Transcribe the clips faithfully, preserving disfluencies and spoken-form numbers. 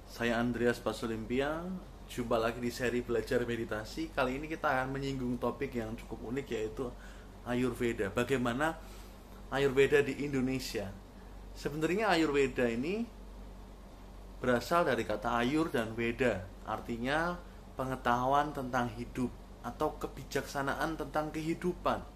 Saya Andreas Pasolimpia. Jumpa lagi di seri Belajar Meditasi. Kali ini kita akan menyinggung topik yang cukup unik, yaitu Ayurveda. Bagaimana Ayurveda di Indonesia. Sebenarnya Ayurveda ini berasal dari kata Ayur dan Veda, artinya pengetahuan tentang hidup atau kebijaksanaan tentang kehidupan.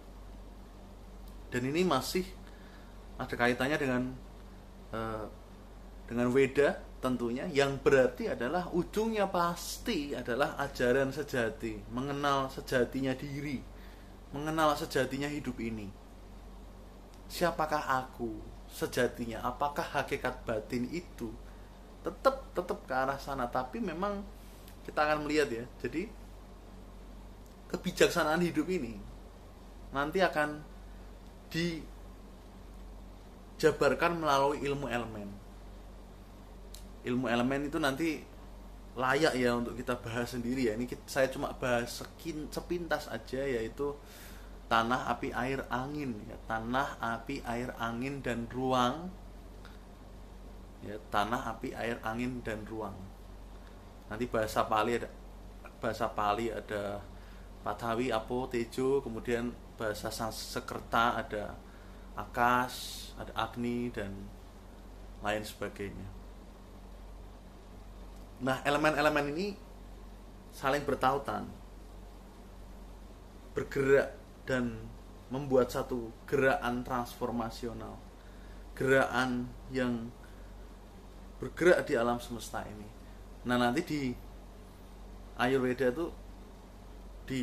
Dan ini masih ada kaitannya dengan uh, dengan Veda tentunya, yang berarti adalah ujungnya pasti adalah ajaran sejati, mengenal sejatinya diri, mengenal sejatinya hidup ini. Siapakah aku sejatinya? Apakah hakikat batin itu? Tetap tetap ke arah sana, tapi memang kita akan melihat ya. Jadi kebijaksanaan hidup ini nanti akan dijabarkan melalui ilmu elemen. Ilmu elemen itu nanti layak ya untuk kita bahas sendiri ya. Ini kita, saya cuma bahas sekin, sepintas aja, yaitu tanah, api, air, angin ya. Tanah, api, air, angin, dan ruang ya. Tanah, api, air, angin, dan ruang. Nanti bahasa Pali ada bahasa Pali ada Patawi, Apo, Tejo, kemudian bahasa Sanskerta ada Akas, ada Agni, dan lain sebagainya. Nah, elemen-elemen ini saling bertautan, bergerak dan membuat satu gerakan transformasional, gerakan yang bergerak di alam semesta ini. Nah, nanti di Ayurveda itu di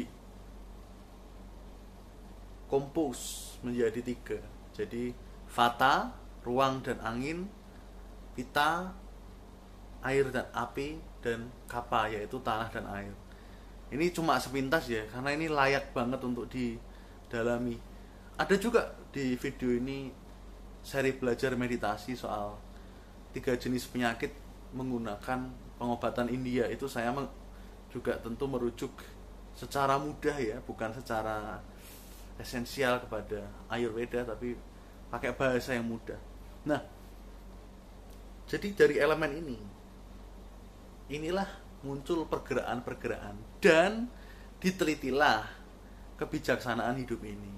kompos menjadi tiga. Jadi Vata, ruang dan angin, Pitta, air dan api, dan Kapha, yaitu tanah dan air. Ini cuma sepintas ya, karena ini layak banget untuk didalami. Ada juga di video ini seri belajar meditasi soal tiga jenis penyakit menggunakan pengobatan India. Itu saya juga tentu merujuk secara mudah ya, bukan secara esensial kepada Ayurveda, tapi pakai bahasa yang mudah. Nah, jadi dari elemen ini inilah muncul pergerakan-pergerakan, dan ditelitilah kebijaksanaan hidup ini.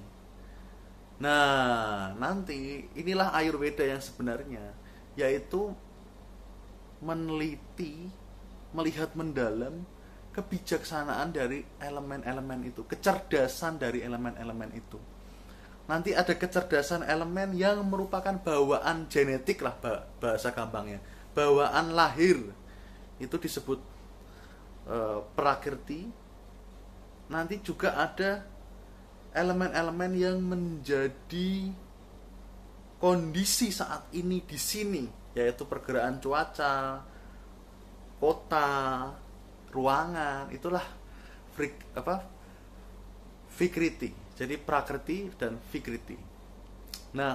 Nah, nanti inilah Ayurveda yang sebenarnya, yaitu meneliti, melihat mendalam kebijaksanaan dari elemen-elemen itu, kecerdasan dari elemen-elemen itu. Nanti ada kecerdasan elemen yang merupakan bawaan genetik lah, bahasa gampangnya, bawaan lahir. Itu disebut e, prakirti. Nanti juga ada elemen-elemen yang menjadi kondisi saat ini di sini, yaitu pergerakan cuaca, kota, ruangan. Itulah frik, apa Vikriti. Jadi prakriti dan Vikriti. Nah,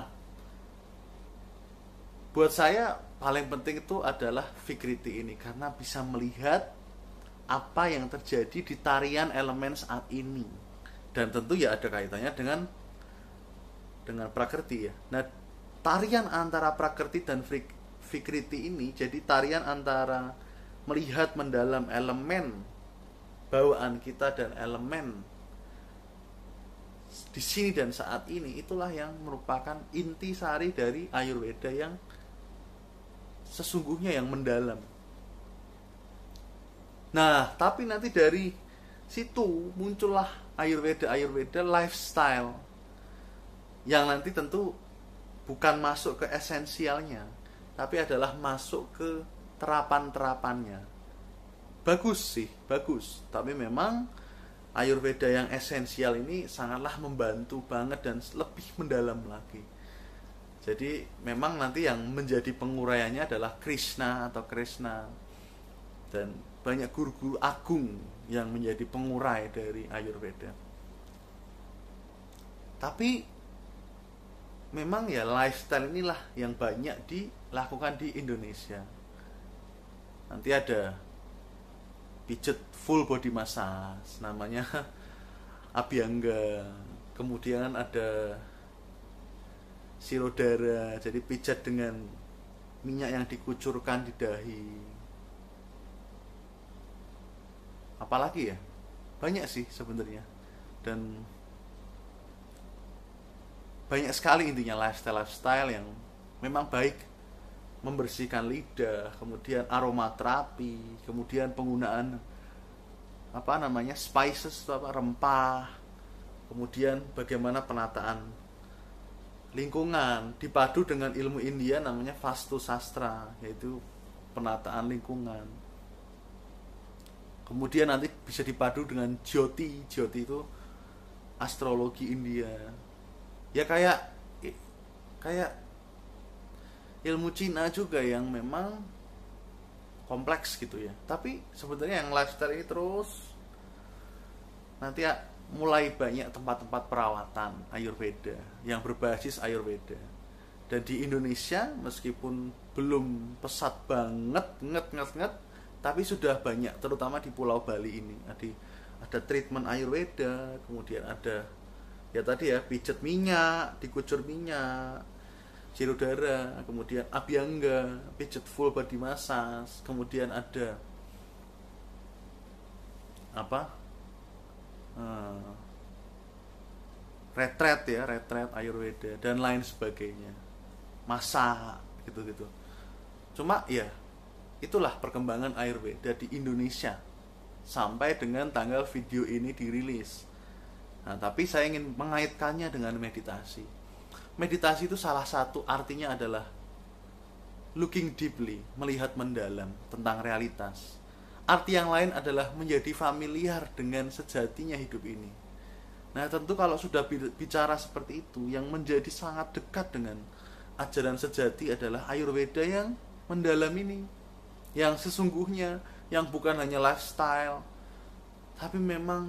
buat saya paling penting itu adalah Vikriti ini, karena bisa melihat apa yang terjadi di tarian elemen saat ini, dan tentu ya ada kaitannya dengan dengan prakriti ya. Nah, tarian antara prakriti dan Vikriti ini jadi tarian antara melihat mendalam elemen bawaan kita dan elemen di sini dan saat ini. Itulah yang merupakan intisari dari Ayurveda yang sesungguhnya, yang mendalam. Nah, tapi nanti dari situ muncullah Ayurveda Ayurveda lifestyle, yang nanti tentu bukan masuk ke esensialnya, tapi adalah masuk ke terapan-terapannya. Bagus sih, bagus. Tapi memang Ayurveda yang esensial ini sangatlah membantu banget dan lebih mendalam lagi. Jadi memang nanti yang menjadi penguraiannya adalah Krishna atau Krishna, dan banyak guru-guru agung yang menjadi pengurai dari Ayurveda. Tapi memang ya lifestyle inilah yang banyak dilakukan di Indonesia. Nanti ada pijat full body massage, namanya Abhyanga. Kemudian ada sirodara, jadi pijat dengan minyak yang dikucurkan di dahi. apalagi ya, banyak sih sebenarnya, dan banyak sekali intinya lifestyle lifestyle yang memang baik, membersihkan lidah, kemudian aromaterapi, kemudian penggunaan apa namanya spices atau apa rempah, kemudian bagaimana penataan lingkungan dipadu dengan ilmu India namanya Vastu Sastra, yaitu penataan lingkungan. Kemudian nanti bisa dipadu dengan Jyoti. Jyoti itu astrologi India. Ya kayak kayak ilmu Cina juga yang memang kompleks gitu ya. Tapi sebenarnya yang lifestyle ini terus nanti ya, mulai banyak tempat-tempat perawatan Ayurveda yang berbasis Ayurveda. Dan di Indonesia meskipun belum pesat banget nget nget nget, tapi sudah banyak, terutama di Pulau Bali ini. Ada ada treatment Ayurveda, kemudian ada ya tadi ya pijet minyak, dikucur minyak, Cirudara, kemudian Abhyanga, pijet full body massage, kemudian ada apa? Hmm, retret ya, retret Ayurveda dan lain sebagainya. Masak gitu-gitu. Cuma ya itulah perkembangan Ayurveda di Indonesia sampai dengan tanggal video ini dirilis. Nah, tapi saya ingin mengaitkannya dengan meditasi. Meditasi itu salah satu artinya adalah looking deeply, melihat mendalam tentang realitas. Arti yang lain adalah menjadi familiar dengan sejatinya hidup ini. Nah, tentu kalau sudah bicara seperti itu, yang menjadi sangat dekat dengan ajaran sejati adalah Ayurveda yang mendalam ini, yang sesungguhnya, yang bukan hanya lifestyle, tapi memang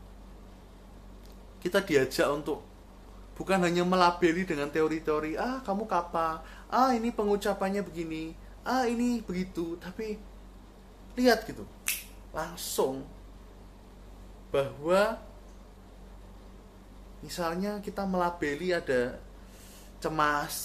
kita diajak untuk bukan hanya melabeli dengan teori-teori, ah kamu kappa, ah ini pengucapannya begini, ah ini begitu, tapi lihat gitu, langsung bahwa misalnya kita melabeli ada cemas,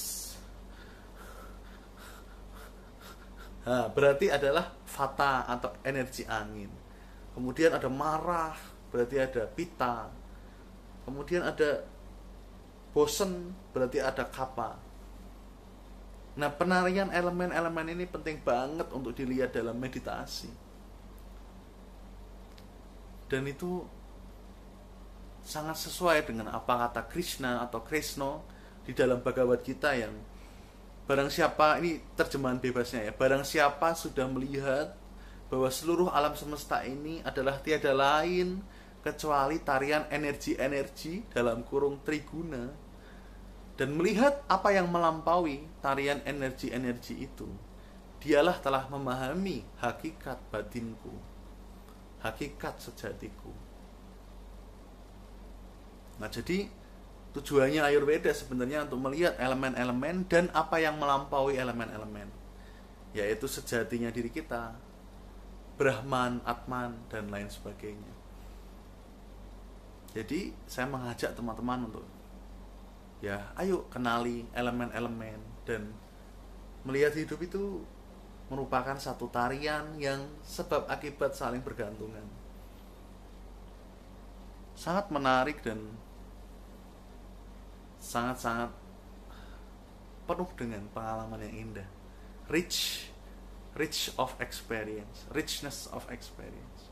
nah, berarti adalah vata atau energi angin. Kemudian ada marah, berarti ada pitta. Kemudian ada bosen, berarti ada kappa. Nah, penarian elemen-elemen ini penting banget untuk dilihat dalam meditasi. Dan itu sangat sesuai dengan apa kata Krishna atau Krishna di dalam Bhagavad Gita yang barang siapa, ini terjemahan bebasnya ya, barang siapa sudah melihat bahwa seluruh alam semesta ini adalah tiada lain kecuali tarian energi-energi dalam kurung triguna, dan melihat apa yang melampaui tarian energi-energi itu, dialah telah memahami hakikat batinku, hakikat sejatiku. Nah, jadi tujuannya Ayurveda sebenarnya untuk melihat elemen-elemen dan apa yang melampaui elemen-elemen, yaitu sejatinya diri kita, Brahman, Atman, dan lain sebagainya. Jadi saya mengajak teman-teman untuk ya ayo kenali elemen-elemen dan melihat hidup itu merupakan satu tarian yang sebab akibat saling bergantungan. Sangat menarik dan sangat-sangat penuh dengan pengalaman yang indah. Rich, rich of experience, richness of experience.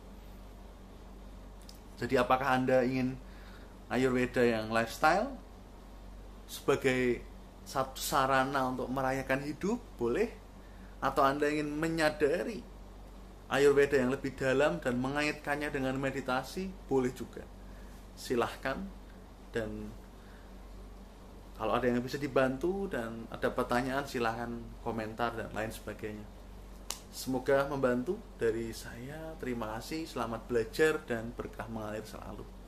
Jadi apakah Anda ingin Ayurveda yang lifestyle sebagai satu sarana untuk merayakan hidup? Boleh. Atau Anda ingin menyadari Ayurveda yang lebih dalam dan mengaitkannya dengan meditasi? Boleh juga. Silahkan. Dan kalau ada yang bisa dibantu dan ada pertanyaan, silahkan komentar dan lain sebagainya. Semoga membantu. Dari saya, terima kasih, selamat belajar dan berkah mengalir selalu.